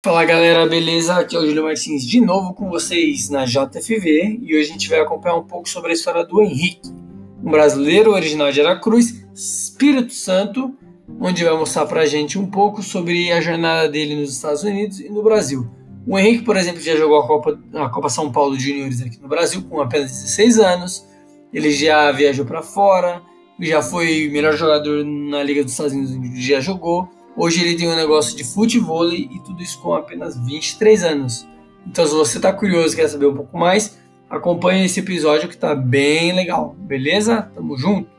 Fala galera, beleza? Aqui é o Júlio Martins de novo com vocês na JFV e hoje a gente vai acompanhar um pouco sobre a história do Henrique, um brasileiro original de Aracruz, Espírito Santo, onde vai mostrar pra gente um pouco sobre a jornada dele nos Estados Unidos e no Brasil. O Henrique, por exemplo, já jogou a Copa São Paulo Juniors aqui no Brasil com apenas 16 anos, ele já viajou para fora, já foi melhor jogador na Liga dos Estados Unidos, onde já jogou. Hoje ele tem um negócio de futebol e tudo isso com apenas 23 anos. Então, se você está curioso e quer saber um pouco mais, acompanhe esse episódio que está bem legal. Beleza? Tamo junto!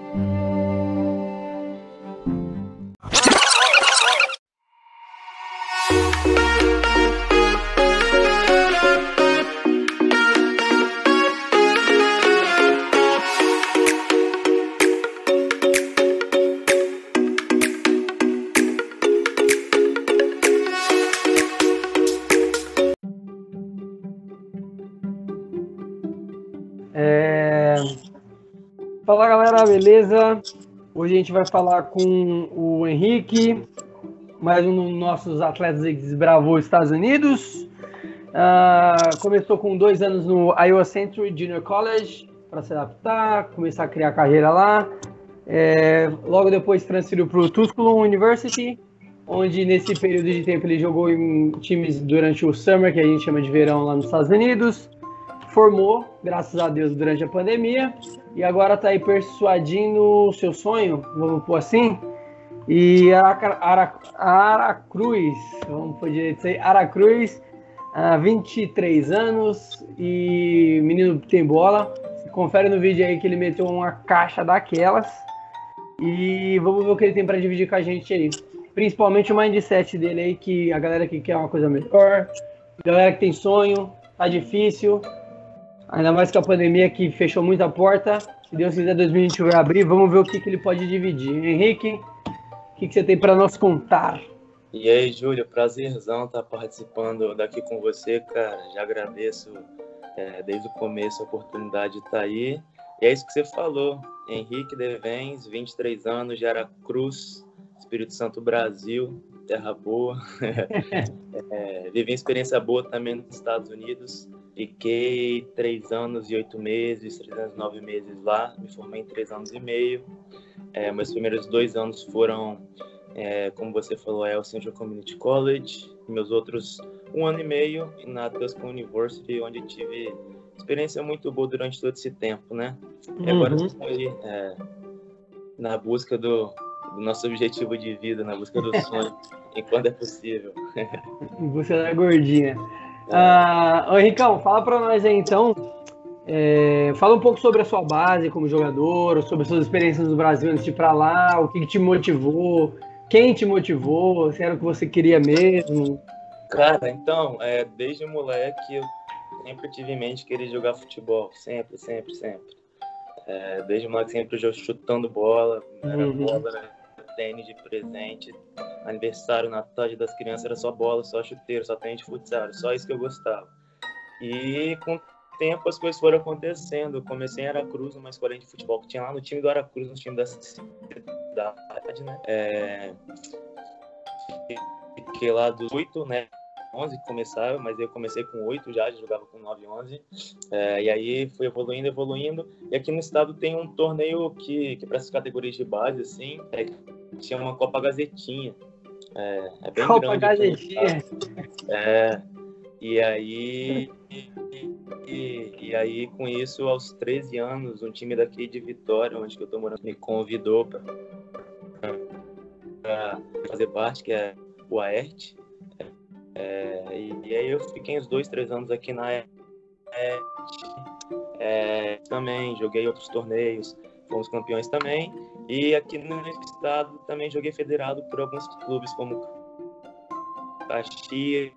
Fala galera, beleza? Hoje a gente vai falar com o Henrique, mais um dos nossos atletas que desbravou os Estados Unidos. Começou com 2 anos no Iowa Central Junior College para se adaptar, começar a criar carreira lá. Logo depois transferiu para o Tusculum University, onde nesse período de tempo ele jogou em times durante o Summer, que a gente chama de verão lá nos Estados Unidos. Formou, graças a Deus, durante a pandemia. E agora está aí persuadindo o seu sonho, vamos pôr assim. E Aracruz, vamos pôr direito isso aí, Aracruz, 23 anos e menino tem bola. Confere no vídeo aí que ele meteu uma caixa daquelas. E vamos ver o que ele tem para dividir com a gente aí. Principalmente o mindset dele aí, que a galera que quer uma coisa melhor, a galera que tem sonho, tá difícil. Ainda mais que a pandemia que fechou muita porta. Se Deus quiser, 2021 vai abrir. Vamos ver o que ele pode dividir. Henrique, o que você tem para nos contar? E aí, Júlio, prazerzão estar participando daqui com você, cara. Já agradeço desde o começo a oportunidade de estar aí. E é isso que você falou. Henrique Devens, 23 anos, de Aracruz, Espírito Santo, Brasil, terra boa. Vivi experiência boa também nos Estados Unidos. Fiquei 3 anos e 8 meses, 3 anos e 9 meses lá, me formei em 3 anos e meio. Meus primeiros 2 anos foram, como você falou, o Central Community College. Meus outros 1 ano e meio na Tusculum University, onde tive experiência muito boa durante todo esse tempo, né? E agora estamos aí na busca do nosso objetivo de vida, na busca do sonho, enquanto é possível. Você é gordinha. Ô Henricão, fala pra nós aí então, fala um pouco sobre a sua base como jogador, sobre as suas experiências no Brasil antes de ir pra lá, o que te motivou, quem te motivou, se era o que você queria mesmo. Cara, então, desde moleque eu sempre tive em mente querer jogar futebol, sempre. Desde moleque sempre chutando bola, era bola, era tênis de presente, aniversário, Natal, Dia das Crianças, era só bola, só chuteiro, só tênis de futsal, era só isso que eu gostava. E com o tempo as coisas foram acontecendo. Eu comecei em Aracruz, numa escolinha de futebol que tinha lá no time do Aracruz, no time da cidade, né? Fiquei lá dos 8, né? 11 que começava, mas eu comecei com 8 já jogava com 9, 11. E aí fui evoluindo. E aqui no estado tem um torneio que para essas categorias de base, assim, que chama uma Copa Gazetinha. É bem Copa grande. Gazetinha. E aí, com isso, aos 13 anos, um time daqui de Vitória, onde eu tô morando, me convidou para fazer parte, que é o AERT. E aí eu fiquei uns 2, 3 anos aqui na AERT. Também joguei outros torneios, fomos campeões também. E aqui no estado também joguei federado por alguns clubes, como Caxias.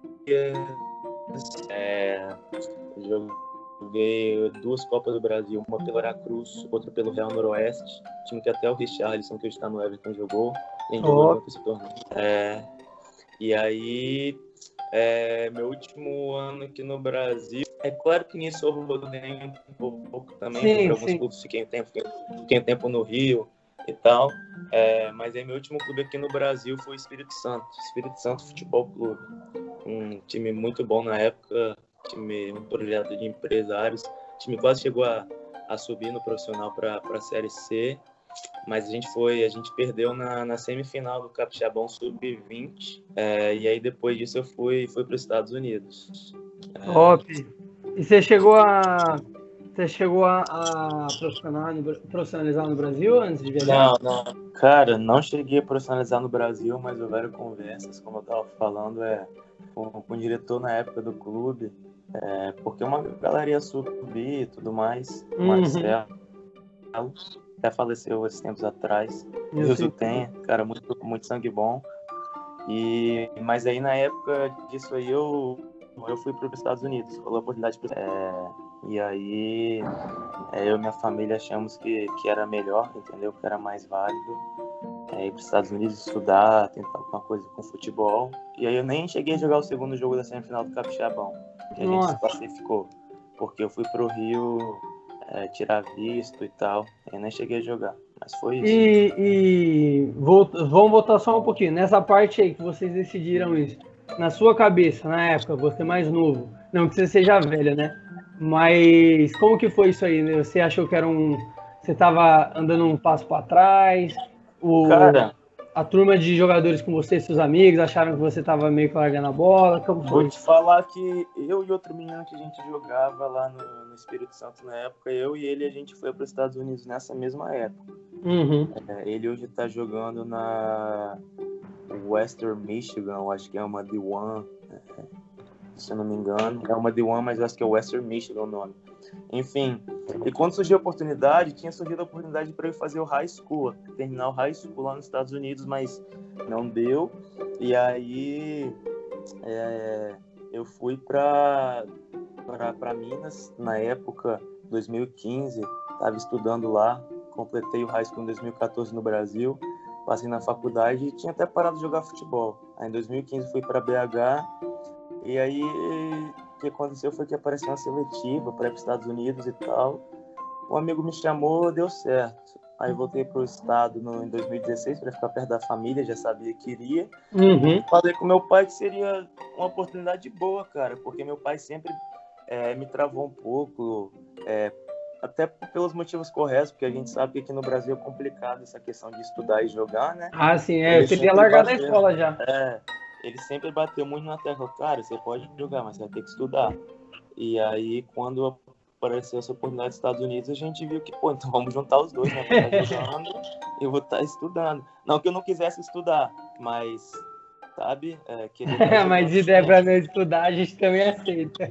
Joguei 2 Copas do Brasil, uma pelo Aracruz, outra pelo Real Noroeste, time que até o Richarlison, que hoje está no Everton, jogou. E jogou esse torneio. E aí, meu último ano aqui no Brasil, é claro que nisso eu rodei um pouco também, por alguns clubes, fiquei um tempo no Rio e tal, mas aí meu último clube aqui no Brasil foi o Espírito Santo Futebol Clube. um time muito bom na época, um projeto de empresários. O time quase chegou a subir no profissional para a Série C, mas a gente perdeu na semifinal do Capixabão Sub-20, e aí depois disso eu fui para os Estados Unidos. Top! E você chegou a profissionalizar no Brasil antes de viajar? Não. Cara, não cheguei a profissionalizar no Brasil, mas houveram conversas, como eu estava falando, com o diretor na época do clube, porque uma galera ia subir e tudo mais. O Marcelo até faleceu esses tempos atrás. Deus o tenha, cara, muito, muito sangue bom. Mas aí, na época disso aí, eu fui para os Estados Unidos, falou a oportunidade. E aí, eu e minha família achamos que era melhor, entendeu? Que era mais válido ir para os Estados Unidos estudar, tentar alguma coisa com futebol. E aí eu nem cheguei a jogar o segundo jogo da semifinal do Capixabão, que a gente se classificou, porque eu fui para o Rio tirar visto e tal, eu nem cheguei a jogar, mas foi isso. Vamos voltar só um pouquinho, nessa parte aí que vocês decidiram isso, na sua cabeça, na época, você mais novo, não que você seja velho, né? Mas como que foi isso aí? Né? Você achou que você estava andando um passo para trás? A turma de jogadores com você, seus amigos, acharam que você estava meio que largando a bola? Como foi? Vou te falar que eu e outro menino que a gente jogava lá no Espírito Santo na época, eu e ele, a gente foi para os Estados Unidos nessa mesma época. Ele hoje está jogando na Western Michigan, acho que é uma D1, se eu não me engano. É uma D1, mas eu acho que é Western Michigan o nome. Enfim, e quando surgiu a oportunidade, tinha surgido a oportunidade para eu fazer o high school, terminar o high school lá nos Estados Unidos, mas não deu. E aí eu fui para Minas, na época, 2015, estava estudando lá, completei o high school em 2014 no Brasil, passei na faculdade e tinha até parado de jogar futebol. Aí em 2015 fui para BH, e aí o que aconteceu foi que apareceu uma seletiva para ir para os Estados Unidos e tal. Um amigo me chamou, deu certo. Aí voltei para o estado em 2016 para ficar perto da família, já sabia que iria. Falei com meu pai que seria uma oportunidade boa, cara, porque meu pai sempre me travou um pouco, até pelos motivos corretos, porque a gente sabe que aqui no Brasil é complicado essa questão de estudar e jogar, né? Ah, sim, eu teria largado a escola já. Ele sempre bateu muito na tecla, cara, você pode jogar, mas você vai ter que estudar. E aí, quando apareceu essa oportunidade dos Estados Unidos, a gente viu que, então vamos juntar os dois, né? Vou estar jogando e eu vou estar estudando. Não que eu não quisesse estudar, mas, sabe? Mas se der pra não estudar, a gente também aceita.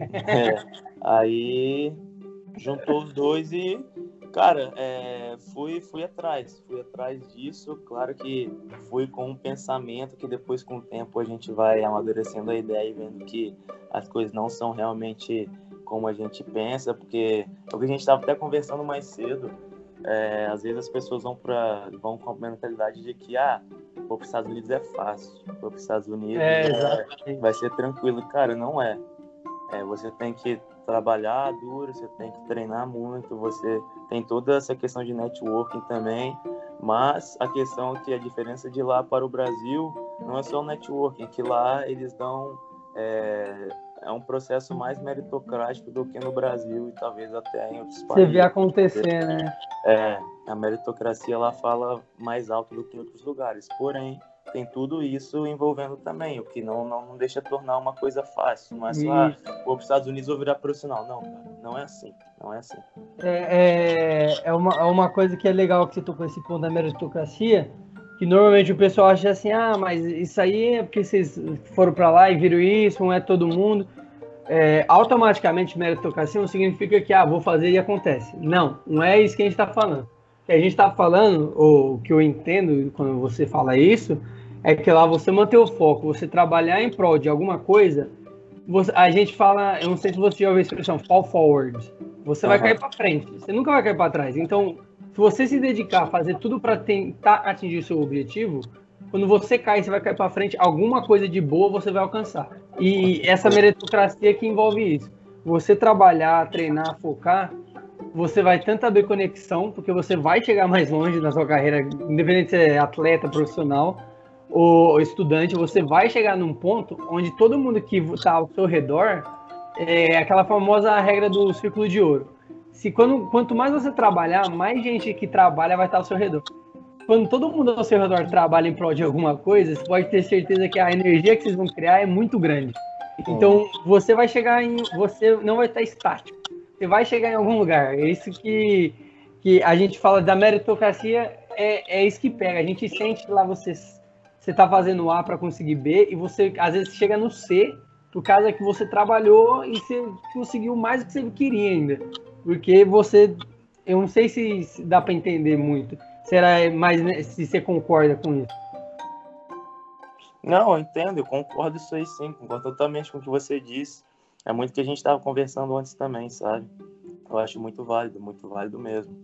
Aí, juntou os dois e, cara, fui atrás disso. Claro que fui com um pensamento que depois, com o tempo, a gente vai amadurecendo a ideia e vendo que as coisas não são realmente como a gente pensa, porque é o que a gente estava até conversando mais cedo. Às vezes as pessoas vão com a mentalidade de que vou para os Estados Unidos é fácil, vou para os Estados Unidos vai ser tranquilo. Cara, não é. Você tem que trabalhar duro, você tem que treinar muito, você tem toda essa questão de networking também, mas a questão é que a diferença de lá para o Brasil não é só o networking, que lá eles dão um processo mais meritocrático do que no Brasil e talvez até em outros países. Você vê acontecer, né? A meritocracia lá fala mais alto do que em outros lugares, porém tem tudo isso envolvendo também, o que não deixa tornar uma coisa fácil. Não é só, vou para os Estados Unidos ou virar profissional. Não, cara, não é assim. É uma coisa que é legal que você tocou esse ponto da meritocracia, que normalmente o pessoal acha assim, mas isso aí é porque vocês foram para lá e viram isso, não é todo mundo. Automaticamente meritocracia não significa que, vou fazer e acontece. Não é isso que a gente está falando. O que a gente está falando, ou o que eu entendo quando você fala isso, é que lá você manter o foco, você trabalhar em prol de alguma coisa, a gente fala, eu não sei se você já ouviu a expressão fall forward, você vai cair para frente, você nunca vai cair para trás. Então, se você se dedicar a fazer tudo para tentar atingir o seu objetivo, quando você cai, você vai cair para frente, alguma coisa de boa você vai alcançar. E essa meritocracia que envolve isso. Você trabalhar, treinar, focar, você vai tanto abrir conexão, porque você vai chegar mais longe na sua carreira, independente de ser atleta, profissional, o estudante, você vai chegar num ponto onde todo mundo que está ao seu redor é aquela famosa regra do círculo de ouro. Quanto mais você trabalhar, mais gente que trabalha vai estar ao seu redor. Quando todo mundo ao seu redor trabalha em prol de alguma coisa, você pode ter certeza que a energia que vocês vão criar é muito grande. Então, você não vai estar estático. Você vai chegar em algum lugar. É isso que a gente fala da meritocracia, é isso que pega. A gente sente que lá você está fazendo A para conseguir B, e você, às vezes, chega no C, por causa que você trabalhou e você conseguiu mais do que você queria ainda. Porque eu não sei se dá para entender muito. Será mais, se você concorda com isso? Não, eu entendo, eu concordo isso aí sim, concordo totalmente com o que você disse. É muito o que a gente estava conversando antes também, sabe? Eu acho muito válido mesmo.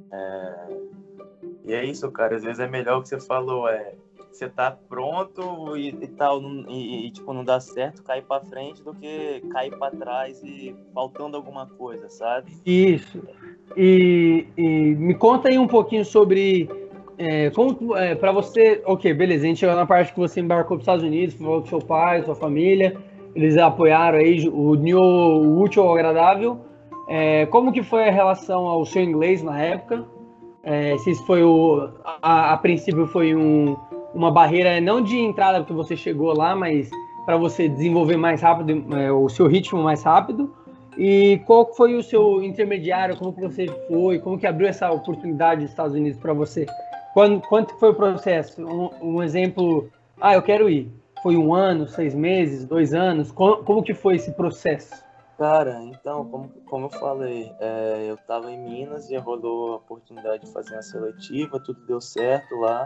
E é isso, cara, às vezes é melhor o que você falou, você tá pronto e tal, tipo, não dá certo, cair pra frente do que cair pra trás e faltando alguma coisa, sabe? Isso. E me conta aí um pouquinho sobre como para você. Ok, beleza, a gente chegou na parte que você embarcou para os Estados Unidos, falou com seu pai, sua família, eles apoiaram aí, uniu o útil ao agradável. Como que foi a relação ao seu inglês na época? Se isso foi a princípio foi uma barreira não de entrada porque você chegou lá, mas para você desenvolver mais rápido o seu ritmo mais rápido. E qual foi o seu intermediário? Como que você foi? Como que abriu essa oportunidade dos Estados Unidos para você? Quanto foi o processo? Um exemplo, eu quero ir. Foi 1 ano, 6 meses, 2 anos? Como que foi esse processo? Cara, então, como eu falei, eu estava em Minas e rolou a oportunidade de fazer uma seletiva, tudo deu certo lá,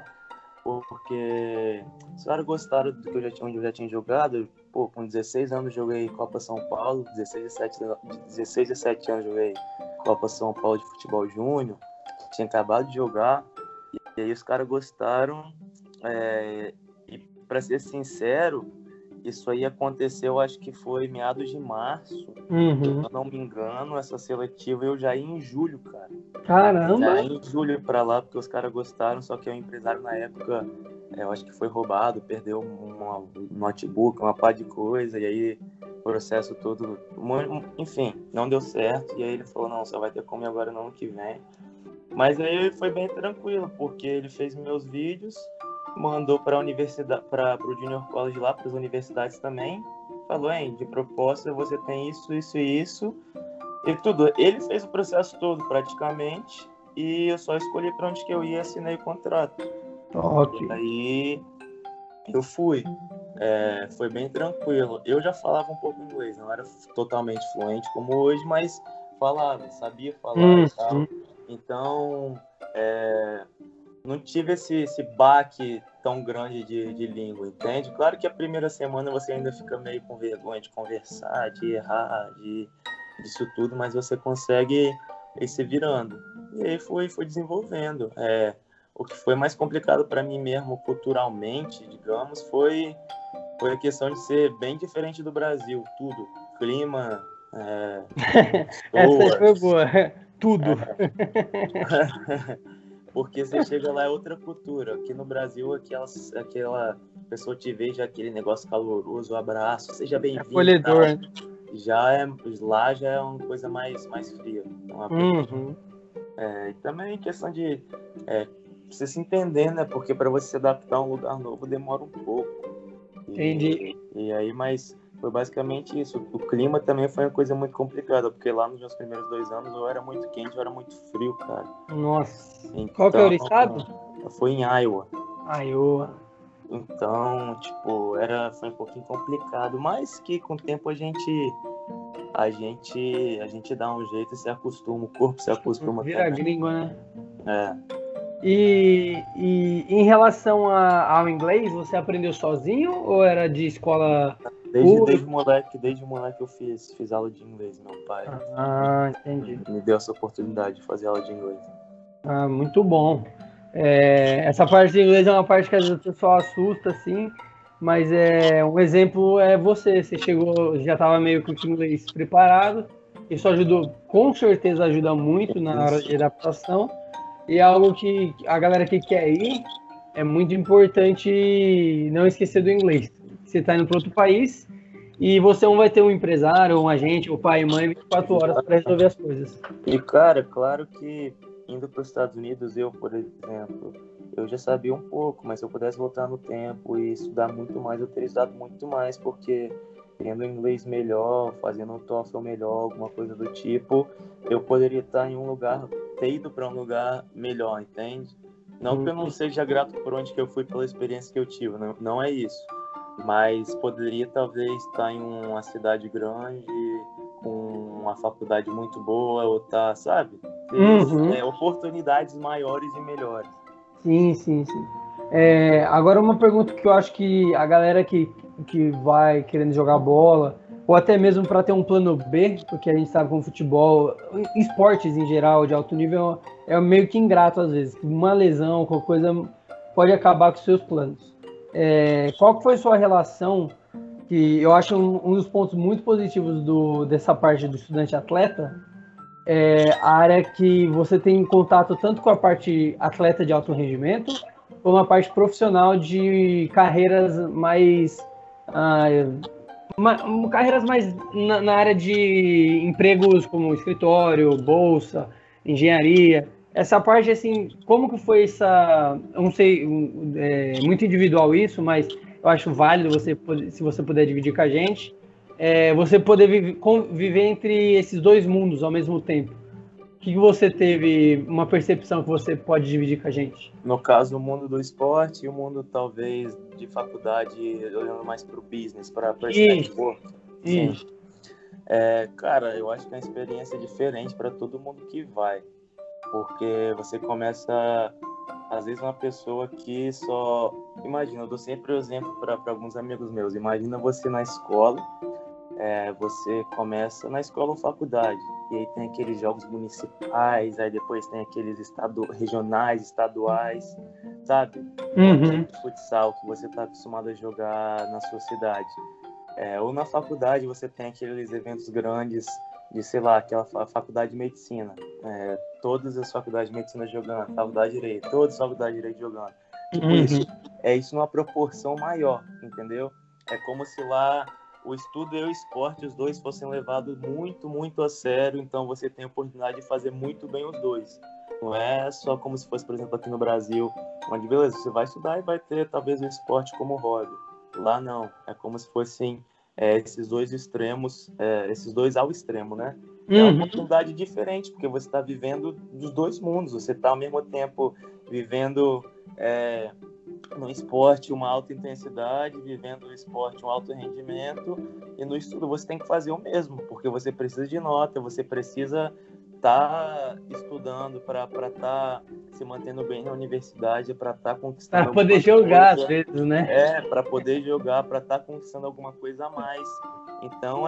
porque os caras gostaram do que onde eu já tinha jogado. Pô, com 16 anos joguei Copa São Paulo, 16 a 17 anos joguei Copa São Paulo de futebol júnior, tinha acabado de jogar, e aí os caras gostaram, e para ser sincero, isso aí aconteceu, acho que foi meados de março. Se eu não me engano, essa seletiva eu já ia em julho, cara. Caramba! Já ia em julho pra lá, porque os caras gostaram, só que o empresário na época, eu acho que foi roubado, perdeu um notebook, uma pá de coisa, e aí o processo todo, enfim, não deu certo, e aí ele falou, não, só vai ter como ir agora no ano que vem. Mas aí foi bem tranquilo, porque ele fez meus vídeos, mandou para a universidade, para o Junior College lá, para as universidades também. Falou, de proposta você tem isso, isso e isso. E tudo. Ele fez o processo todo praticamente. E eu só escolhi para onde que eu ia e assinei o contrato. Okay. E aí eu fui. Foi bem tranquilo. Eu já falava um pouco inglês, não era totalmente fluente como hoje, mas falava, sabia falar e tal. Então, não tive esse baque tão grande de língua, entende? Claro que a primeira semana você ainda fica meio com vergonha de conversar, de errar, disso tudo, mas você consegue ir se virando. E aí foi desenvolvendo. O que foi mais complicado para mim mesmo, culturalmente, digamos, foi a questão de ser bem diferente do Brasil, tudo. Clima, Essa foi boa. Tudo. Porque você chega lá, é outra cultura. Aqui no Brasil, aquela pessoa te veja aquele negócio caloroso, abraço, seja bem-vindo. Acolhedor. Lá já é uma coisa mais fria. E também questão de você se entender, né? Porque para você se adaptar a um lugar novo demora um pouco. Entendi. E aí, mas foi basicamente isso. O clima também foi uma coisa muito complicada, porque lá nos meus primeiros 2 anos eu era muito quente, eu era muito frio, cara. Nossa. Então, qual que era o estado? Foi em Iowa. Iowa. Então, tipo, foi um pouquinho complicado, mas que com o tempo a gente dá um jeito e se acostuma, o corpo se acostuma. Vira gringo, né? E em relação ao inglês, você aprendeu sozinho ou era de escola? Desde moleque eu fiz aula de inglês, meu pai. Entendi. Me deu essa oportunidade de fazer aula de inglês. Muito bom. Essa parte de inglês é uma parte que às vezes o pessoal assusta, assim, mas um exemplo você chegou, já estava meio com o inglês preparado, isso ajudou, com certeza ajuda muito na hora de adaptação, e é algo que a galera que quer ir, é muito importante não esquecer do inglês. Você está indo para outro país e você não vai ter um empresário, um agente, ou pai e mãe 24 horas para resolver as coisas. E, cara, claro que indo para os Estados Unidos, eu, por exemplo, eu já sabia um pouco, mas se eu pudesse voltar no tempo e estudar muito mais, eu teria estudado muito mais, porque tendo inglês melhor, fazendo um TOEFL melhor, alguma coisa do tipo, eu poderia estar em um lugar, ter ido para um lugar melhor, entende? Não que eu não seja grato por onde que eu fui, pela experiência que eu tive, não é isso. Mas poderia talvez estar em uma cidade grande, com uma faculdade muito boa, ou tá, sabe? Oportunidades maiores e melhores. Sim. Agora uma pergunta que eu acho que a galera que vai querendo jogar bola, ou até mesmo para ter um plano B, porque a gente sabe com futebol, esportes em geral de alto nível é meio que ingrato às vezes. Uma lesão, qualquer coisa pode acabar com os seus planos. Qual que foi a sua relação, que eu acho um dos pontos muito positivos dessa parte do estudante atleta, a área que você tem contato tanto com a parte atleta de alto rendimento, como a parte profissional de carreiras mais na área de empregos como escritório, bolsa, engenharia. Essa parte, assim, como que foi essa... Eu não sei, muito individual isso, mas eu acho válido se você puder dividir com a gente, você poder conviver entre esses dois mundos ao mesmo tempo. O que você teve, uma percepção que você pode dividir com a gente? No caso, o mundo do esporte e o mundo, talvez, de faculdade, olhando mais para o business, para esse network. Isso. Cara, eu acho que é uma experiência diferente para todo mundo que vai. Porque você começa, às vezes, uma pessoa que só... Imagina, eu dou sempre o exemplo para alguns amigos meus. Imagina você na escola, você começa na escola ou faculdade, e aí tem aqueles jogos municipais, aí depois tem aqueles regionais, estaduais, sabe? Futsal que você está acostumado a jogar na sua cidade. Ou na faculdade você tem aqueles eventos grandes de, sei lá, aquela faculdade de medicina. Todas as faculdades de medicina jogando, faculdade de direito, todas as faculdades de direito jogando. Tipo isso. Isso numa proporção maior, entendeu? É como se lá o estudo e o esporte, os dois fossem levados muito, muito a sério, então você tem a oportunidade de fazer muito bem os dois. Não é só como se fosse, por exemplo, aqui no Brasil, onde, beleza, você vai estudar e vai ter, talvez, o esporte como hobby. Lá não, é como se fossem esses dois extremos, esses dois ao extremo, né? É uma oportunidade diferente, porque você está vivendo dos dois mundos, você está ao mesmo tempo vivendo no esporte uma alta intensidade, vivendo no esporte um alto rendimento, e no estudo você tem que fazer o mesmo, porque você precisa de nota, você precisa estar estudando para estar se mantendo bem na universidade, para estar conquistando para poder jogar às vezes, né? Para poder jogar, para estar conquistando alguma coisa a mais. Então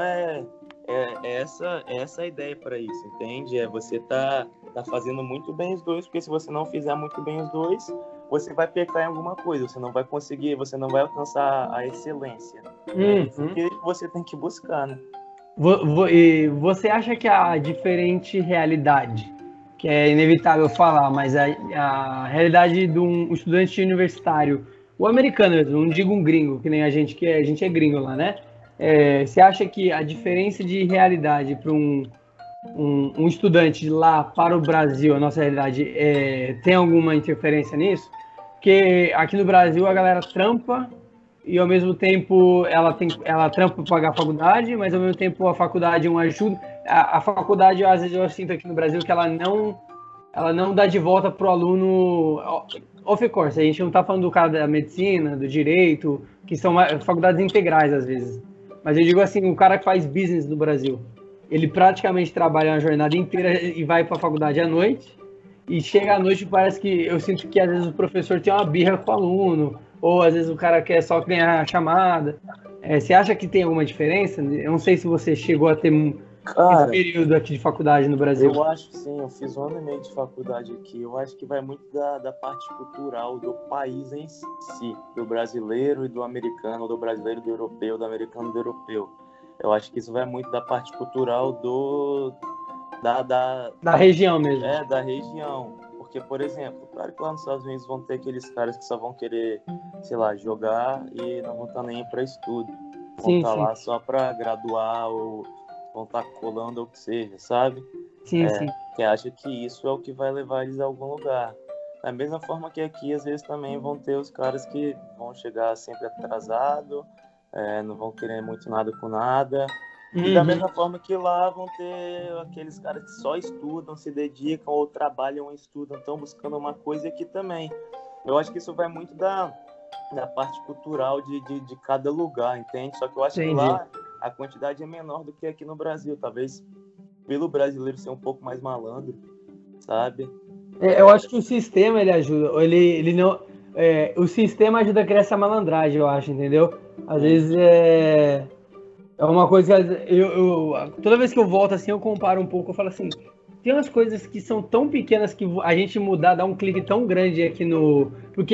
essa a ideia para isso, entende? Você tá fazendo muito bem os dois, porque se você não fizer muito bem os dois, você vai pecar em alguma coisa, você não vai conseguir, você não vai alcançar a excelência. É isso que você tem que buscar, né? E você acha que a diferente realidade, que é inevitável falar, mas a realidade de um estudante universitário, o americano mesmo, não digo um gringo, que nem a gente, que a gente é gringo lá, né? Você acha que a diferença de realidade para um estudante de lá para o Brasil, a nossa realidade, tem alguma interferência nisso? Porque aqui no Brasil a galera trampa e ao mesmo tempo ela trampa para pagar a faculdade, mas ao mesmo tempo a faculdade é uma ajuda. A faculdade, às vezes eu sinto aqui no Brasil que ela não dá de volta pro aluno off course. A gente não está falando do cara da medicina, do direito, que são faculdades integrais às vezes. Mas eu digo assim, o cara que faz business no Brasil, ele praticamente trabalha uma jornada inteira e vai para a faculdade à noite, e chega à noite parece que eu sinto que às vezes o professor tem uma birra com o aluno, ou às vezes o cara quer só ganhar a chamada. Você acha que tem alguma diferença? Eu não sei se você chegou a ter esse período aqui de faculdade no Brasil. Eu acho sim, eu fiz 1 ano e meio de faculdade aqui. Eu acho que vai muito da parte cultural do país em si, do brasileiro e do americano, do brasileiro e do europeu, do americano e do europeu. Eu acho que isso vai muito da parte cultural da região mesmo. Da região. Porque, por exemplo, claro que lá nos Estados Unidos vão ter aqueles caras que só vão querer, sei lá, jogar e não vão estar nem para estudo. Vão Sim, estar sim. lá só para graduar ou vão estar colando ou o que seja, sabe? Sim, sim. Que acha que isso é o que vai levar eles a algum lugar. Da mesma forma que aqui, às vezes, também vão ter os caras que vão chegar sempre atrasado, não vão querer muito nada com nada. E da Uhum. mesma forma que lá vão ter aqueles caras que só estudam, se dedicam ou trabalham ou estudam, estão buscando uma coisa aqui também. Eu acho que isso vai muito da parte cultural de cada lugar, entende? Só que eu acho que Entendi. lá a quantidade é menor do que aqui no Brasil. Talvez pelo brasileiro ser um pouco mais malandro, sabe? Eu acho que o sistema ele ajuda. Ele não. O sistema ajuda a criar essa malandragem, eu acho, entendeu? Às vezes é uma coisa que toda vez que eu volto assim, eu comparo um pouco, eu falo assim, tem umas coisas que são tão pequenas que a gente mudar, dá um clique tão grande aqui no. Porque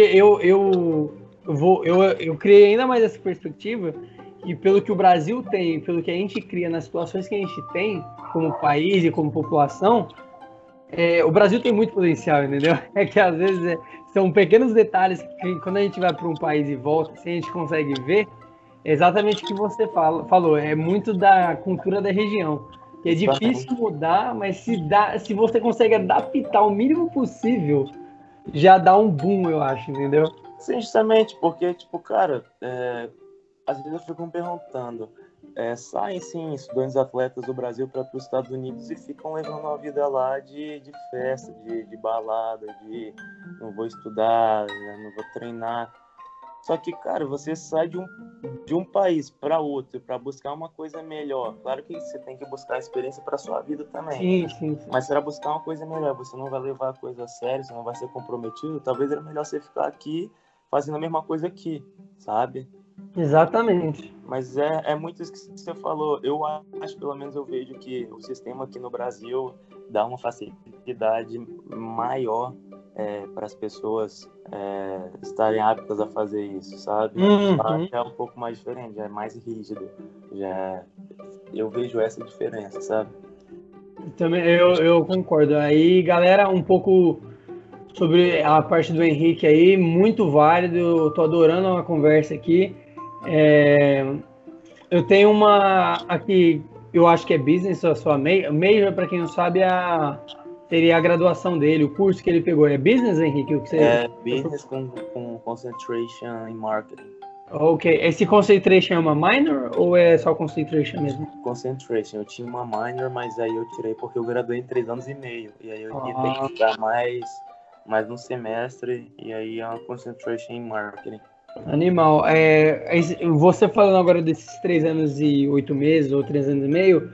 eu criei ainda mais essa perspectiva, e pelo que o Brasil tem, pelo que a gente cria nas situações que a gente tem, como país e como população, o Brasil tem muito potencial, entendeu? É que às vezes são pequenos detalhes que quando a gente vai para um país e volta, assim, a gente consegue ver exatamente o que você falou. É muito da cultura da região. Que é Justamente. difícil mudar, mas se você consegue adaptar o mínimo possível, já dá um boom, eu acho, entendeu? Sim, justamente, porque, tipo, cara, às vezes eu fico me perguntando, saem sim estudantes atletas do Brasil para os Estados Unidos e ficam levando uma vida lá de festa, de balada, de não vou estudar, não vou treinar. Só que, cara, você sai de um país para outro para buscar uma coisa melhor. Claro que você tem que buscar experiência para sua vida também. Sim, sim, sim. Mas para buscar uma coisa melhor, você não vai levar a coisa a sério, você não vai ser comprometido. Talvez era melhor você ficar aqui fazendo a mesma coisa aqui, sabe? Exatamente. Mas é muito isso que você falou. Eu acho, pelo menos eu vejo que o sistema aqui no Brasil dá uma facilidade maior para as pessoas estarem aptas a fazer isso, sabe? Lá Uhum. é um pouco mais diferente, já é mais rígido. Eu vejo essa diferença, sabe? Também eu concordo. Aí, galera, um pouco sobre a parte do Henrique aí, muito válido. Eu tô adorando a conversa aqui. É, eu tenho uma aqui, eu acho que é business, a sua major, para quem não sabe, seria a graduação dele, o curso que ele pegou. É business, Henrique? O que você... Business com concentration em marketing. Ok. Esse concentration é uma minor ou é só concentration mesmo? Concentration. Eu tinha uma minor, mas aí eu tirei porque eu graduei em 3 anos e meio. E aí eu ia ter que estudar mais um semestre. E aí é uma concentration em marketing. Animal. Você falando agora desses 3 anos e 8 meses, ou 3 anos e meio,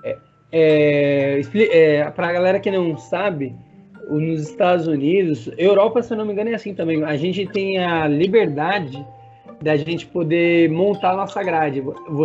para a galera que não sabe, nos Estados Unidos, Europa, se eu não me engano, é assim também. A gente tem a liberdade da gente poder montar a nossa grade.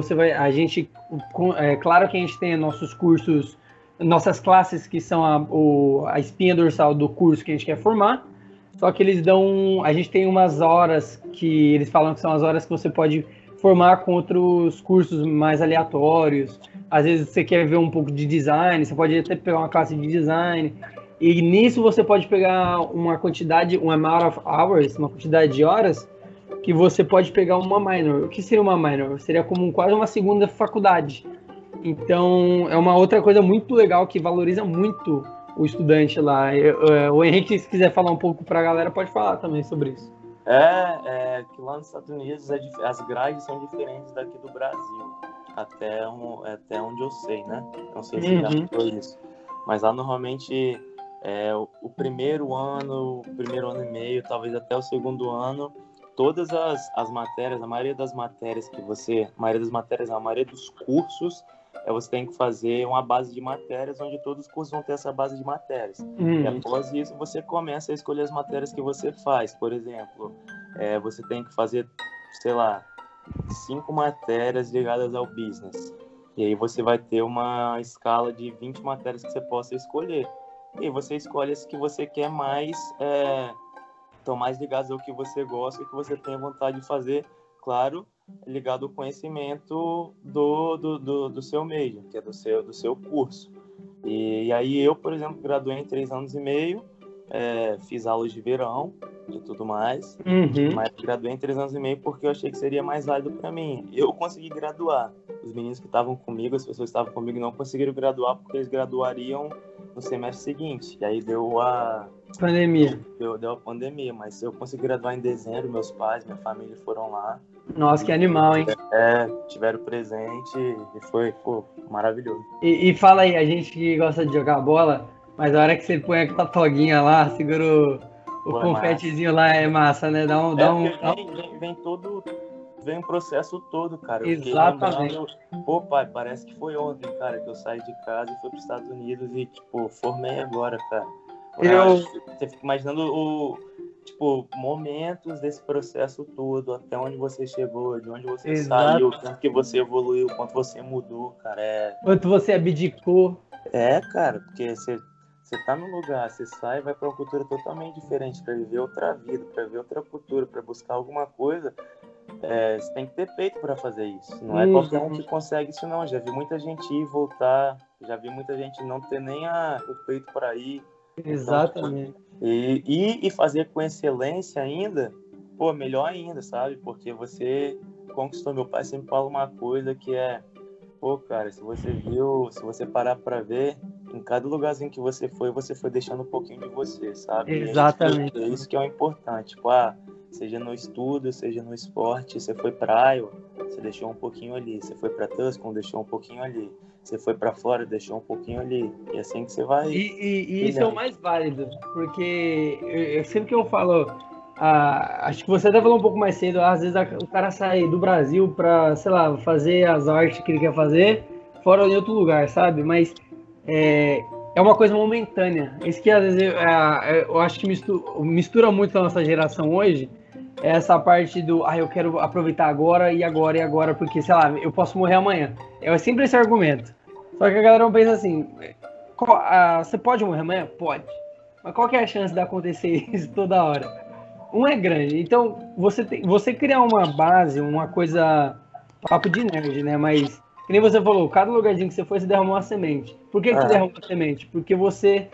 Claro que a gente tem nossos cursos, nossas classes que são a espinha dorsal do curso que a gente quer formar. Só que a gente tem umas horas que eles falam que são as horas que você pode formar com outros cursos mais aleatórios. Às vezes você quer ver um pouco de design, você pode até pegar uma classe de design. E nisso você pode pegar uma amount of hours, uma quantidade de horas, que você pode pegar uma minor. O que seria uma minor? Seria como quase uma segunda faculdade. Então, é uma outra coisa muito legal que valoriza muito o estudante lá. O Henrique, se quiser falar um pouco para a galera, pode falar também sobre isso. Que lá nos Estados Unidos as grades são diferentes daqui do Brasil, até onde eu sei, né? Não sei se já foi isso. Mas lá normalmente o primeiro ano e meio, talvez até o segundo ano, todas as matérias, a maioria das dos cursos, você tem que fazer uma base de matérias, onde todos os cursos vão ter essa base de matérias. E após isso, você começa a escolher as matérias que você faz. Por exemplo, você tem que fazer, sei lá, 5 matérias ligadas ao business. E aí você vai ter uma escala de 20 matérias que você possa escolher. E aí você escolhe as que você quer mais, estão mais ligadas ao que você gosta e que você tem vontade de fazer, claro, ligado ao conhecimento do seu meio, que é do seu curso. E aí eu, por exemplo, graduei em 3 anos e meio, fiz aulas de verão e tudo mais, mas graduei em 3 anos e meio porque eu achei que seria mais válido para mim. Eu consegui graduar. Os meninos que estavam comigo, as pessoas que estavam comigo não conseguiram graduar porque eles graduariam no semestre seguinte. E aí deu a pandemia. Deu a pandemia, mas eu consegui graduar em dezembro, meus pais, minha família foram lá. Nossa, que animal, hein? Tiveram presente e foi, maravilhoso. E fala aí, a gente que gosta de jogar bola, mas a hora que você põe aquela toguinha lá, segura o confetezinho lá, é massa, né? Vem um processo todo, cara. Exatamente. Pô, pai, parece que foi ontem, cara, que eu saí de casa e fui para os Estados Unidos e, formei agora, cara. Você fica imaginando momentos desse processo todo, até onde você chegou, de onde você saiu, tanto que você evoluiu, quanto você mudou, cara. Quanto você abdicou. Cara, porque você tá num lugar, você sai e vai para uma cultura totalmente diferente, para viver outra vida, para ver outra cultura, para buscar alguma coisa. Você tem que ter peito para fazer isso. Não é qualquer um que consegue isso, não. Já vi muita gente ir e voltar, já vi muita gente não ter nem o peito para ir. Exatamente. Então, e fazer com excelência ainda, melhor ainda, sabe? Porque você conquistou. Meu pai sempre fala uma coisa que cara, se você parar para ver, em cada lugarzinho que você foi deixando um pouquinho de você, sabe? Exatamente. É isso que é o importante. Seja no estudo, seja no esporte, você foi para Iowa, você deixou um pouquinho ali. Você foi para Tucson, deixou um pouquinho ali. Você foi para Flórida, deixou um pouquinho ali. E assim que você vai... E isso é o mais válido, porque eu sempre que eu falo... acho que você até falou um pouco mais cedo, às vezes o cara sai do Brasil para, sei lá, fazer as artes que ele quer fazer fora em outro lugar, sabe? Mas é uma coisa momentânea. Isso que às vezes eu acho que mistura muito na nossa geração hoje, essa parte do eu quero aproveitar agora, porque, sei lá, eu posso morrer amanhã. É sempre esse argumento. Só que a galera não pensa assim, você pode morrer amanhã? Pode. Mas qual que é a chance de acontecer isso toda hora? Um é grande. Então, você criar uma base, uma coisa, papo de nerd, né? Mas, que nem você falou, cada lugarzinho que você foi, você derramou uma semente. Por que você derramou uma semente? Porque você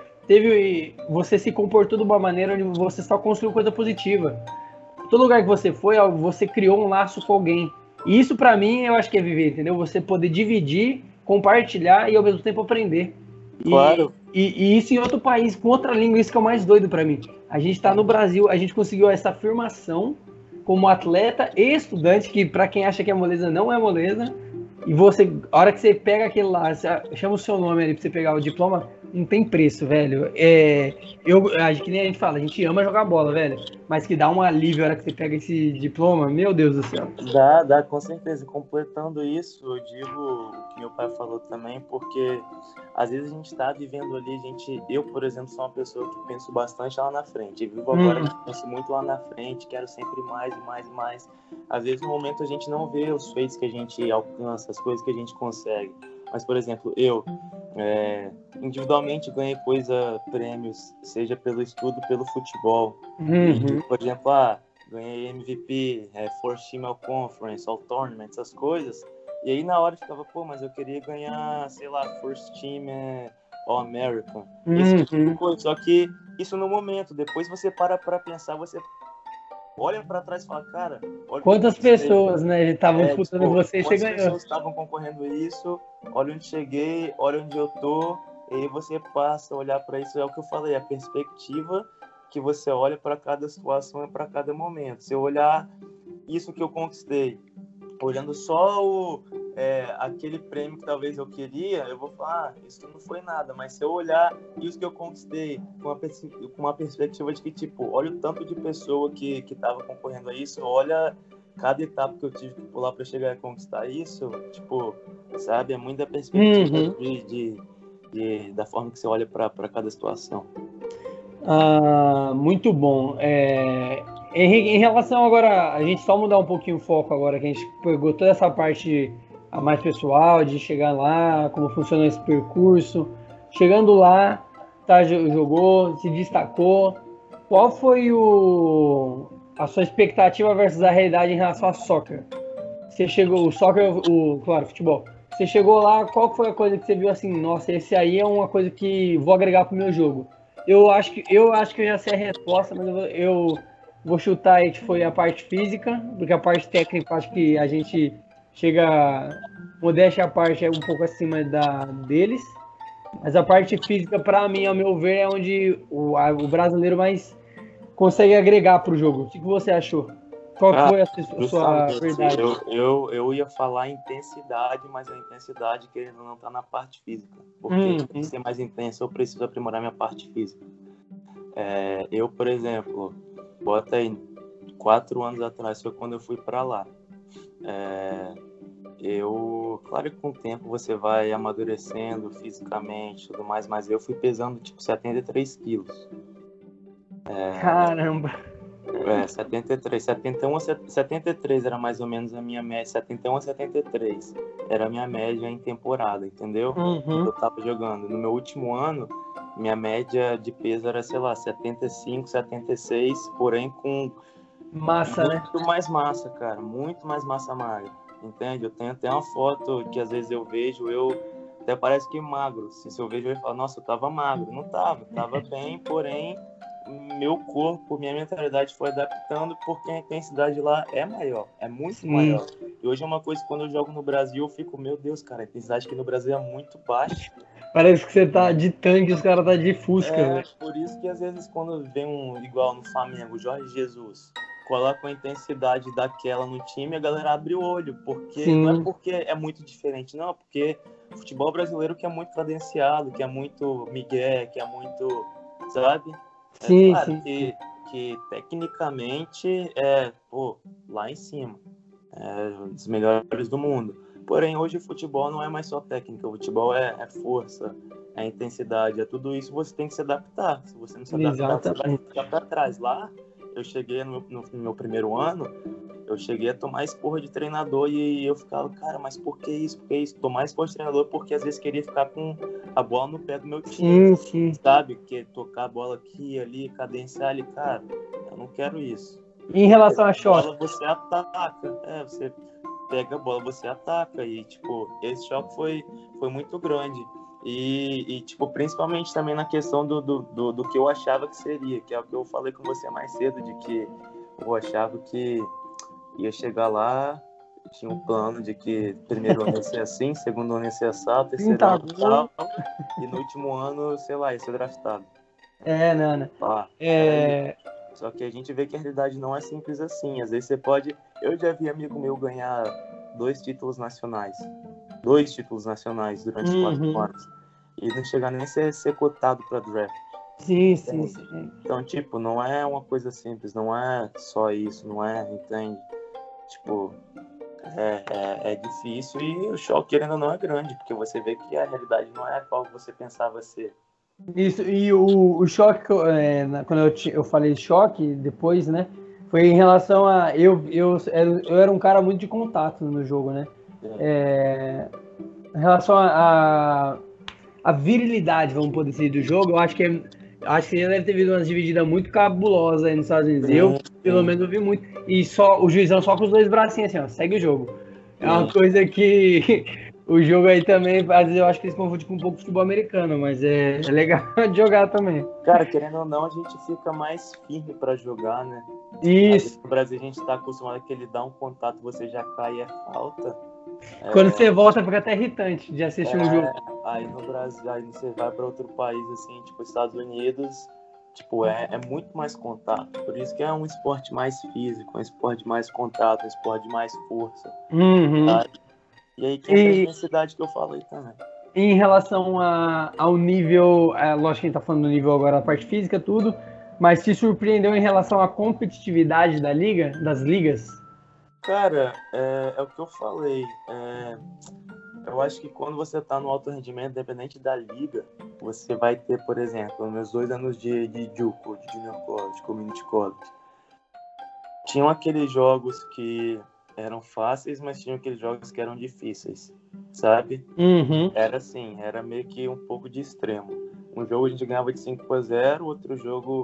se comportou de uma maneira onde você só construiu coisa positiva. Todo lugar que você foi, você criou um laço com alguém. E isso, pra mim, eu acho que é viver, entendeu? Você poder dividir, compartilhar e, ao mesmo tempo, aprender. Claro. E isso em outro país, com outra língua, isso que é o mais doido pra mim. A gente tá no Brasil, a gente conseguiu essa afirmação como atleta e estudante, que pra quem acha que é moleza, não é moleza. E a hora que você pega aquele lá, chama o seu nome ali pra você pegar o diploma, não tem preço, velho. Que nem a gente fala, a gente ama jogar bola, velho. Mas que dá um alívio a hora que você pega esse diploma, meu Deus do céu. Dá, com certeza. Completando isso, eu digo o que meu pai falou também, porque às vezes a gente tá vivendo ali, eu, por exemplo, sou uma pessoa que penso bastante lá na frente. Eu vivo agora, penso muito lá na frente, quero sempre mais e mais e mais. Às vezes no momento a gente não vê os feitos que a gente alcança, as coisas que a gente consegue. Mas, por exemplo, eu individualmente ganhei prêmios, seja pelo estudo, pelo futebol. E, por exemplo, ganhei MVP, First Team All Conference, All Tournament, essas coisas. E aí na hora eu ficava, mas eu queria ganhar, sei lá, First Team All American. Esse tipo de coisa. Só que isso no momento, depois você para pra pensar, você olha pra trás e fala, cara... Quantas pessoas, né, estavam disputando você e você ganhou. Quantas pessoas estavam concorrendo a isso, olha onde cheguei, olha onde eu tô, e aí você passa a olhar pra isso, é o que eu falei, a perspectiva que você olha pra cada situação e pra cada momento. Se eu olhar isso que eu conquistei, olhando só aquele prêmio que talvez eu queria, eu vou falar, isso não foi nada. Mas se eu olhar isso que eu conquistei com uma perspectiva de que, olha o tanto de pessoa que estava concorrendo a isso, olha cada etapa que eu tive que pular para chegar a conquistar isso, sabe? É muita perspectiva da forma que você olha para cada situação. Muito bom. Henrique, em relação agora, a gente só mudar um pouquinho o foco agora, que a gente pegou toda essa parte a mais pessoal, de chegar lá, como funciona esse percurso. Chegando lá, jogou, se destacou. Qual foi a sua expectativa versus a realidade em relação ao soccer? Você chegou, claro, futebol. Você chegou lá, qual foi a coisa que você viu assim, nossa, esse aí é uma coisa que vou agregar pro meu jogo? eu acho que eu já sei a resposta, mas eu vou chutar aí que foi a parte física, porque a parte técnica acho que a gente chega, modéstia à parte, é um pouco acima deles. Mas a parte física, para mim, ao meu ver, é onde o brasileiro mais consegue agregar para o jogo. O que você achou? Qual Ah, foi a sua justamente, verdade? eu ia falar intensidade, mas a intensidade que ainda não está na parte física. Porque para ser mais intenso, eu preciso aprimorar minha parte física. Eu, por exemplo, bota aí, 4 anos atrás foi quando eu fui para lá. Claro que com o tempo você vai amadurecendo fisicamente e tudo mais, mas eu fui pesando tipo 73 quilos. Caramba! 73, 71 a 73 era mais ou menos a minha média, 71 a 73 era a minha média em temporada, entendeu? Uhum. Eu tava jogando. No meu último ano, minha média de peso era, sei lá, 75, 76, porém com Massa, né? muito mais massa, cara, muito mais massa magra, entende? Eu tenho até uma foto que às vezes eu vejo, até parece que magro, se eu vejo eu falo, nossa, eu tava magro, não tava bem, porém meu corpo, minha mentalidade foi adaptando porque a intensidade lá é maior, é muito Sim. maior. E hoje é uma coisa que quando eu jogo no Brasil, eu fico, meu Deus, cara, a intensidade aqui no Brasil é muito baixa. Parece que você tá de tanque e os caras tá de fusca, velho. Por isso que às vezes quando vem igual no Flamengo, Jorge Jesus, coloca uma intensidade daquela no time, a galera abre o olho, porque Sim. não é porque é muito diferente, não, porque o futebol brasileiro que é muito cadenciado, que é muito migué, que é muito, sabe? Sim, Claro sim. que tecnicamente lá em cima, um dos melhores do mundo. Porém, hoje o futebol não é mais só técnica, o futebol é força, é intensidade, é tudo isso, você tem que se adaptar. Se você não se adaptar, você vai ficar para trás. Lá, eu cheguei no meu primeiro ano, eu cheguei a tomar esporra de treinador e eu ficava, cara, mas por que isso? Por que isso? Tomar esporra de treinador porque às vezes queria ficar com a bola no pé do meu time, Sim. sabe? Que tocar a bola aqui, ali, cadenciar ali, cara, eu não quero isso. E em relação a choque? Bola, você ataca, você pega a bola, você ataca e, tipo, esse choque foi muito grande. E, tipo, principalmente também na questão do que eu achava que seria, que é o que eu falei com você mais cedo, de que eu achava que ia chegar lá, tinha um plano de que primeiro ano ia ser assim, segundo ano ia ser assado, terceiro ano tal, e no último ano, sei lá, ia ser draftado. Nana. Só que a gente vê que a realidade não é simples assim. Às vezes você pode... Eu já vi amigo meu ganhar 2 títulos nacionais. 2 títulos nacionais durante 4 anos. E não chegar nem a ser cotado para draft. Sim. Então, tipo, não é uma coisa simples. Não é só isso, não é, entende? Tipo, é difícil e o choque, querendo ou não, é grande. Porque você vê que a realidade não é a qual você pensava ser. Isso, e o choque, quando eu falei choque, depois, né? Foi em relação a. Eu era um cara muito de contato no jogo, né? Em relação a virilidade, vamos poder dizer, do jogo, eu acho que já deve ter visto umas divididas muito cabulosas aí nos Estados Unidos. Eu, pelo menos, vi muito. E só o juizão só com os 2 bracinhos assim, ó, segue o jogo. É uma coisa que o jogo aí também, às vezes eu acho que eles confundem com um pouco de futebol americano, mas é legal de jogar também. Cara, querendo ou não, a gente fica mais firme pra jogar, né? Isso. No Brasil a gente tá acostumado a que ele dá um contato, você já cai e é falta. Quando você volta, fica até irritante de assistir um jogo. Aí no Brasil, aí você vai pra outro país, assim, tipo Estados Unidos, tipo, é muito mais contato. Por isso que é um esporte mais físico, um esporte de mais contato, um esporte de mais força. Tá? E aí que entra a intensidade que eu falei também. Em relação ao nível, lógico que a gente tá falando do nível agora da parte física, tudo, mas te surpreendeu em relação à competitividade das ligas? Cara, é o que eu falei. Eu acho que quando você tá no alto rendimento, independente da liga, você vai ter, por exemplo, nos meus 2 anos de JUCO, de Junior College, Community College, tinham aqueles jogos que eram fáceis, mas tinham aqueles jogos que eram difíceis, sabe? Era assim, era meio que um pouco de extremo. Um jogo a gente ganhava de 5-0, outro jogo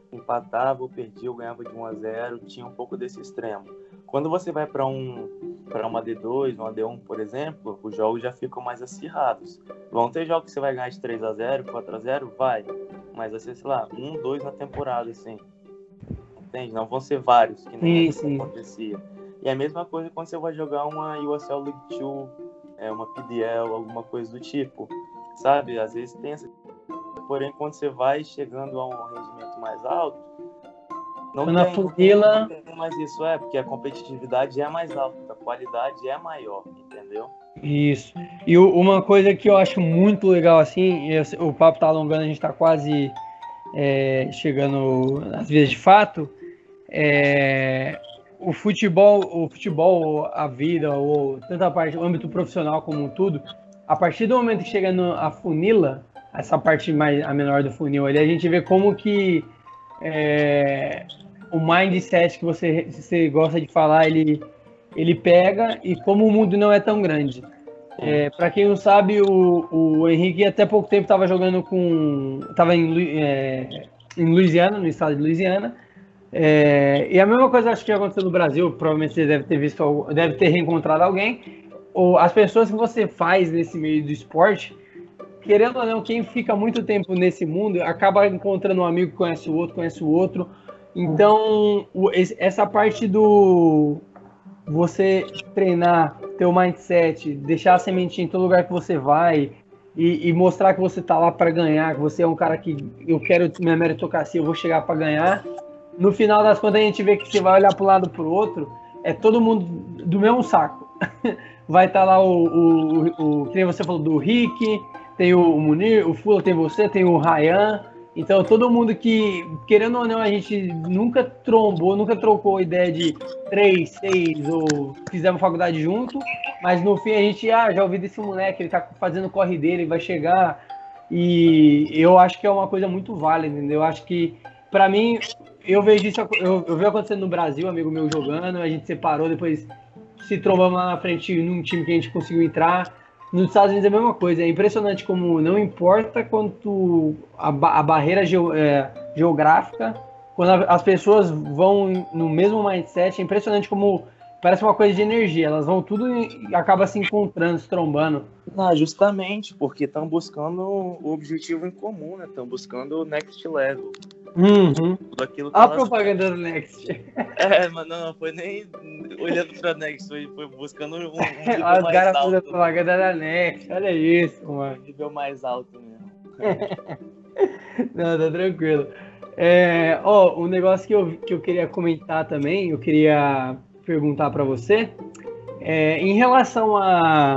empatava ou perdia ou ganhava de 1-0, tinha um pouco desse extremo. Quando você vai para uma D2, uma D1, por exemplo, os jogos já ficam mais acirrados. Vão ter jogos que você vai ganhar de 3-0, 4-0, vai. Mas vai ser, sei lá, 1, 2 na temporada, assim. Entende? Não vão ser vários, que nem às vezes acontecia. E é a mesma coisa quando você vai jogar uma USL League 2, uma PDL, alguma coisa do tipo. Sabe? Às vezes tem essa... Porém, quando você vai chegando a um rendimento mais alto, não tem mais isso, porque a competitividade é mais alta, a qualidade é maior, entendeu? Isso. E uma coisa que eu acho muito legal, assim, o papo tá alongando, a gente tá quase chegando às vias de fato, o futebol, a vida, ou tanto a parte, o âmbito profissional como tudo, a partir do momento que chega a funila, essa parte a menor do funil ali, a gente vê como que o mindset que você gosta de falar, ele pega, e como o mundo não é tão grande. Para quem não sabe, o Henrique até pouco tempo estava jogando estava em Louisiana, no estado de Louisiana, e a mesma coisa acho que aconteceu no Brasil, provavelmente você deve ter visto, deve ter reencontrado alguém, ou as pessoas que você faz nesse meio do esporte, querendo ou não, quem fica muito tempo nesse mundo acaba encontrando um amigo que conhece o outro. Então, essa parte do você treinar, ter o mindset, deixar a sementinha em todo lugar que você vai e mostrar que você tá lá para ganhar, que você é um cara que eu quero minha meritocracia, eu vou chegar para ganhar. No final das contas, a gente vê que você vai olhar para um lado para o outro, é todo mundo do mesmo saco. Vai estar lá que nem você falou do Rick, tem o Munir, o Fula tem você, tem o Ryan. Então, todo mundo que, querendo ou não, a gente nunca trocou ideia de 3, 6, ou fizemos faculdade junto, mas no fim a gente, já ouvi desse moleque, ele tá fazendo o corre dele, vai chegar, e eu acho que é uma coisa muito válida, entendeu? Eu acho que, pra mim, eu vejo isso, eu vejo acontecendo no Brasil, amigo meu jogando, a gente separou, depois se trombamos lá na frente num time que a gente conseguiu entrar. Nos Estados Unidos é a mesma coisa, é impressionante como não importa quanto a barreira geográfica, quando as pessoas vão no mesmo mindset, é impressionante como parece uma coisa de energia, elas vão tudo e acaba se encontrando, se trombando. Justamente, porque estão buscando o objetivo em comum, né? Estão buscando o next level. Tudo aquilo que a propaganda do Next. Mas não foi nem olhando pra Next, foi buscando um nível mais alto. Os caras propaganda da Next, olha isso, mano. Um nível mais alto mesmo. Não, tá tranquilo. Um negócio que eu queria comentar também, eu queria perguntar pra você, em relação a...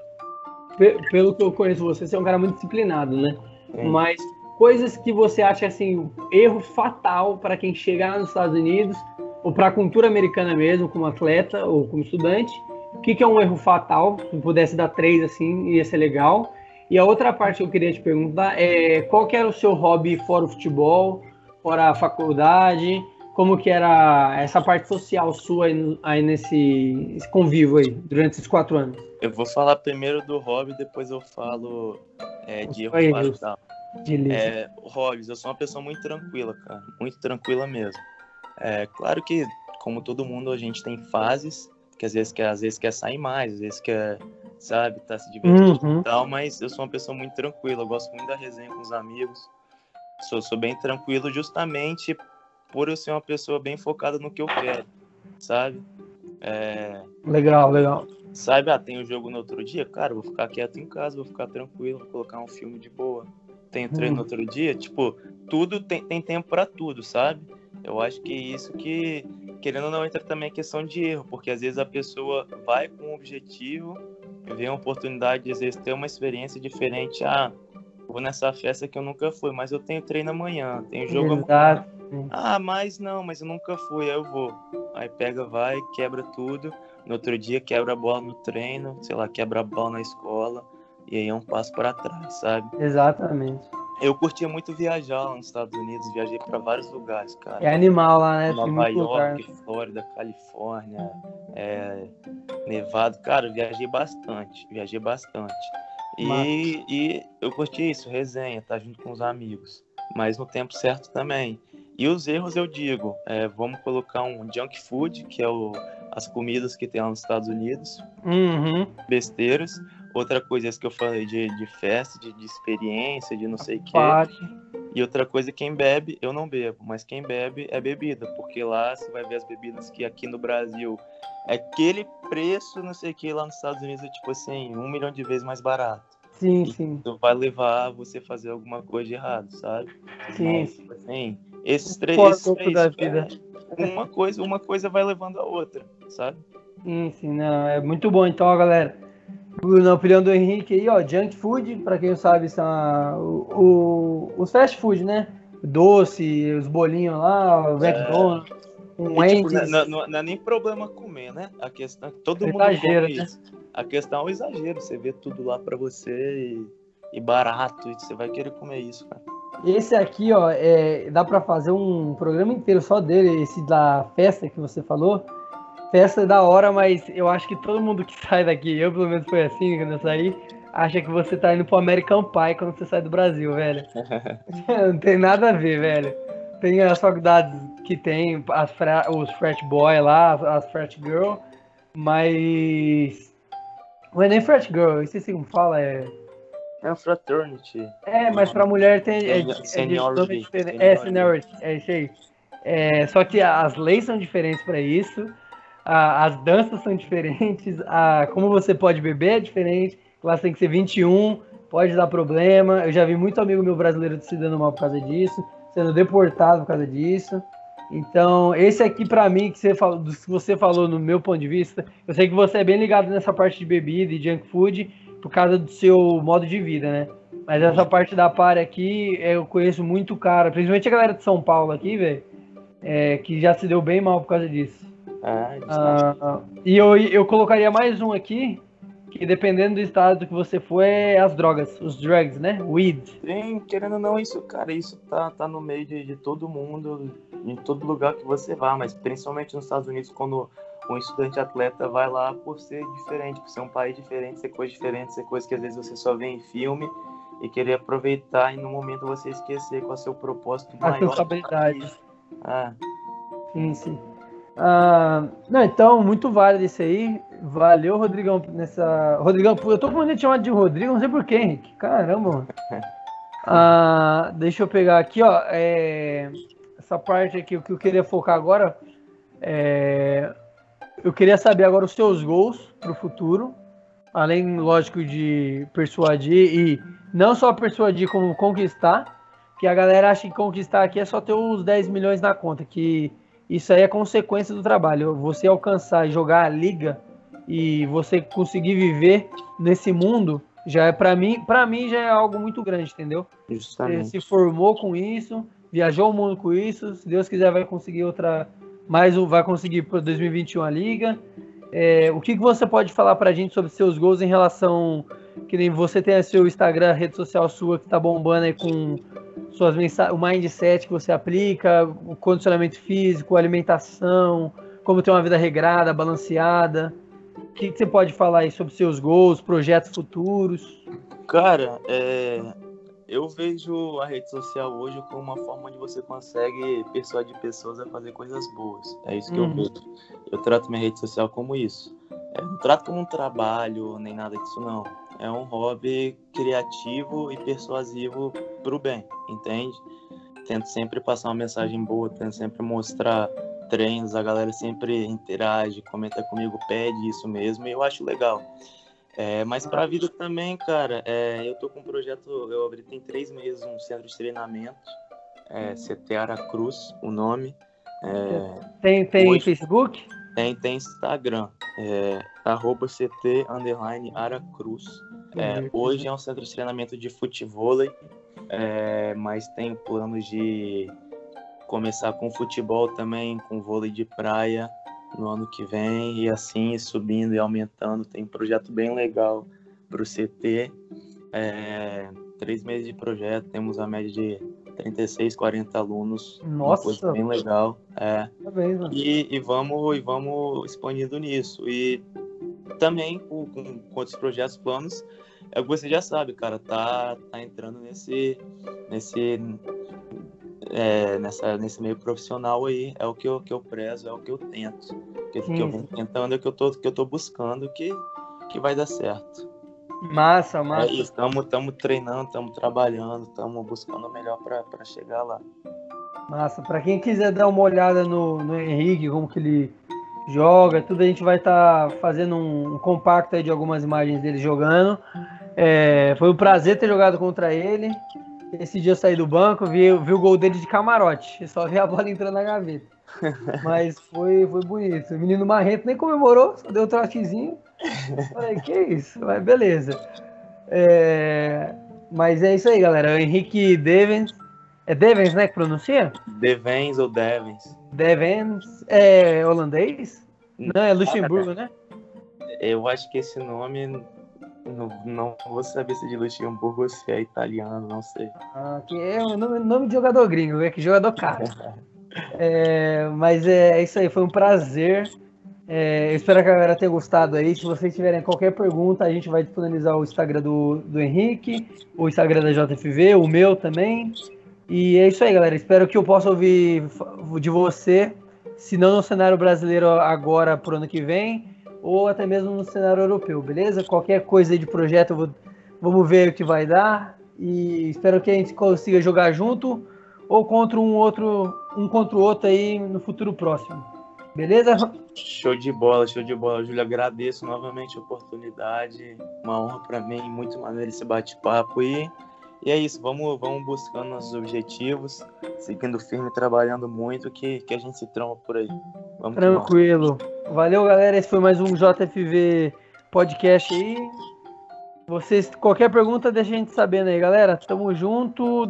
Pelo que eu conheço você é um cara muito disciplinado, né? Mas coisas que você acha assim, erro fatal para quem chegar nos Estados Unidos, ou para a cultura americana mesmo, como atleta ou como estudante, o que é um erro fatal? Se pudesse dar 3 assim, ia ser legal. E a outra parte que eu queria te perguntar é qual que era o seu hobby fora o futebol, fora a faculdade, como que era essa parte social sua aí nesse convívio aí, durante esses 4 anos? Eu vou falar primeiro do hobby, depois eu falo de erro fatal. Hobbies, eu sou uma pessoa muito tranquila, cara, muito tranquila mesmo. Claro que, como todo mundo, a gente tem fases, que às vezes quer sair mais, às vezes quer, sabe, tá se divertindo e tal, mas eu sou uma pessoa muito tranquila, eu gosto muito da resenha com os amigos, sou bem tranquilo justamente por eu ser uma pessoa bem focada no que eu quero, sabe? Legal. Sabe, tem o jogo no outro dia, cara, eu vou ficar quieto em casa, vou ficar tranquilo, vou colocar um filme de boa. Tem treino no outro dia, tipo, tudo tem tempo pra tudo, sabe? Eu acho que isso que, querendo ou não, entra também a questão de erro, porque às vezes a pessoa vai com um objetivo, vê uma oportunidade de, às vezes, ter uma experiência diferente. Vou nessa festa que eu nunca fui, mas eu tenho treino amanhã, tenho jogo amanhã. Mas eu nunca fui, aí eu vou. Aí pega, vai, quebra tudo, no outro dia quebra a bola no treino, sei lá, quebra a bola na escola, e aí é um passo para trás, sabe? Exatamente. Eu curtia muito viajar lá nos Estados Unidos, viajei para vários lugares, cara. É animal lá, né? Nova York, Flórida, Califórnia, Nevada, cara, viajei bastante. E eu curti isso, resenha, tá junto com os amigos, mas no tempo certo também. E os erros eu digo, vamos colocar um junk food, que é as comidas que tem lá nos Estados Unidos, besteiras. Outra coisa, essa que eu falei de festa, de experiência, de não sei o quê. E outra coisa, quem bebe, eu não bebo, mas quem bebe é bebida, porque lá você vai ver as bebidas que aqui no Brasil é aquele preço, não sei o que, lá nos Estados Unidos é tipo assim, 1 milhão de vezes mais barato. Sim, e sim. isso vai levar a você fazer alguma coisa de errado, sabe? Sim, Mas, tipo assim, esses três da vida. uma coisa vai levando a outra, sabe? Sim, não, é muito bom. Então, ó, galera, na opinião do Henrique aí, ó, junk food, pra quem não sabe, são os fast food, né? Doce, os bolinhos lá, o McDonald's, um Tipo, Wendy's. não é nem problema comer, né? A questão é que todo mundo Exagero, come né? isso. A questão é o exagero, você vê tudo lá pra você e barato, e você vai querer comer isso, cara. Esse aqui, ó, dá pra fazer um programa inteiro só dele, esse da festa que você falou. Festa é da hora, mas eu acho que todo mundo que sai daqui, eu pelo menos foi assim quando eu saí, acha que você tá indo pro American Pie quando você sai do Brasil, velho. Não tem nada a ver, velho. Tem as faculdades que tem os frat boy lá, as frat girl, mas não é nem frat girl, eu esqueci como fala, É a fraternity. mas pra mulher tem Seniority. diferente. Seniority, é isso aí. Só que as leis são diferentes pra isso. As danças são diferentes, como você pode beber é diferente, lá você tem que ser 21, pode dar problema. Eu já vi muito amigo meu brasileiro se dando mal por causa disso, sendo deportado por causa disso. Então, esse aqui pra mim, que você falou no meu ponto de vista, eu sei que você é bem ligado nessa parte de bebida e junk food por causa do seu modo de vida, né? Mas essa parte da Pare aqui, eu conheço muito cara, principalmente a galera de São Paulo aqui, velho, que já se deu bem mal por causa disso. E eu colocaria mais um aqui, que dependendo do estado que você for, é as drogas, os drugs, né? Weed. Sim, querendo ou não, isso, cara, isso tá no meio de todo mundo, em todo lugar que você vá, mas principalmente nos Estados Unidos, quando um estudante atleta vai lá por ser diferente, por ser um país diferente, ser coisa diferente, ser coisa que às vezes você só vê em filme e querer aproveitar e no momento você esquecer qual é o seu propósito maior. A responsabilidade. Sim. Não, então, muito válido isso aí. Valeu, Rodrigão, Rodrigão, eu tô com de chamar de Rodrigo, não sei porquê, Henrique. Caramba, mano. Deixa eu pegar aqui, ó. Essa parte aqui, o que eu queria focar agora. Eu queria saber agora os seus gols pro futuro. Além, lógico, de persuadir e não só persuadir, como conquistar. Que a galera acha que conquistar aqui é só ter os 10 milhões na conta, que isso aí é consequência do trabalho. Você alcançar e jogar a liga e você conseguir viver nesse mundo, já é para mim já é algo muito grande, entendeu? Justamente. Você se formou com isso, viajou o mundo com isso, se Deus quiser vai conseguir vai conseguir para 2021 a liga. O que você pode falar pra gente sobre seus gols em relação, que nem você tem a seu Instagram, a rede social sua que tá bombando aí com suas mensagens, o mindset que você aplica, o condicionamento físico, a alimentação, como ter uma vida regrada, balanceada. O que você pode falar aí sobre seus gols, projetos futuros? Cara, eu vejo a rede social hoje como uma forma onde você consegue persuadir pessoas a fazer coisas boas. É isso que eu vejo. Eu trato minha rede social como isso. Eu não trato como um trabalho, nem nada disso, não. É um hobby criativo e persuasivo pro bem, entende? Tento sempre passar uma mensagem boa, tento sempre mostrar treinos, a galera sempre interage, comenta comigo, pede isso mesmo, e eu acho legal. Mas pra vida também, cara, eu tô com um projeto, eu abri tem 3 meses um centro de treinamento, CT Aracruz, o nome. Tem hoje, Facebook? Tem Instagram, @CT_Aracruz. Hoje é um centro de treinamento de futevôlei, mas tenho planos de começar com futebol também, com vôlei de praia no ano que vem, e assim subindo e aumentando. Tem um projeto bem legal para o CT. 3 meses de projeto, temos a média de 36, 40 alunos. Nossa! Uma coisa bem legal. Parabéns, mano. E vamos expandindo nisso. E também com outros projetos, planos, nesse meio profissional aí, é o que eu prezo, é o que eu tento. O que eu Sim. venho tentando, é o que eu tô buscando, que vai dar certo. Massa. Estamos treinando, estamos trabalhando, estamos buscando o melhor para chegar lá. Massa. Para quem quiser dar uma olhada no Henrique, como que ele joga, tudo, a gente vai estar fazendo um compacto aí de algumas imagens dele jogando. Foi um prazer ter jogado contra ele. Esse dia eu saí do banco, vi o gol dele de camarote. Eu só vi a bola entrando na gaveta. Mas foi bonito. O menino marrento nem comemorou, só deu um trotezinho. Falei, que isso? Mas beleza. Mas é isso aí, galera. O Henrique Devens. É Devens, né, que pronuncia? Devens ou Devens? Devens. É holandês? Não, é Luxemburgo, né? Eu acho que esse nome... Não vou saber se é de Luxemburgo ou se é italiano, não sei. Que é o nome de jogador gringo, que jogador caro. Mas é isso aí, foi um prazer. Eu espero que a galera tenha gostado aí. Se vocês tiverem qualquer pergunta, a gente vai disponibilizar o Instagram do Henrique, o Instagram da JFV, o meu também. E é isso aí, galera. Espero que eu possa ouvir de você, se não no cenário brasileiro agora pro ano que vem, ou até mesmo no cenário europeu, beleza? Qualquer coisa aí de projeto, vamos ver o que vai dar. E espero que a gente consiga jogar junto ou contra um contra o outro aí no futuro próximo. Beleza? Show de bola, Júlio. Agradeço novamente a oportunidade. Uma honra para mim, muito maneiro esse bate-papo. E é isso, vamos buscando nossos objetivos, seguindo firme, trabalhando muito, que a gente se tromba por aí. Vamos tranquilo. Valeu, galera. Esse foi mais um JFV podcast aí. Vocês, qualquer pergunta, deixa a gente sabendo aí, galera. Tamo junto.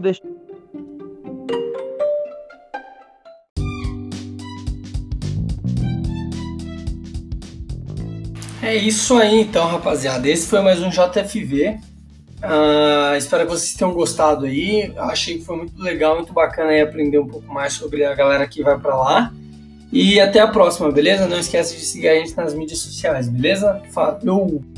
É isso aí, então, rapaziada. Esse foi mais um JFV. Espero que vocês tenham gostado aí. Achei que foi muito legal, muito bacana aí aprender um pouco mais sobre a galera que vai pra lá. E até a próxima, beleza? Não esquece de seguir a gente nas mídias sociais, beleza? Falou!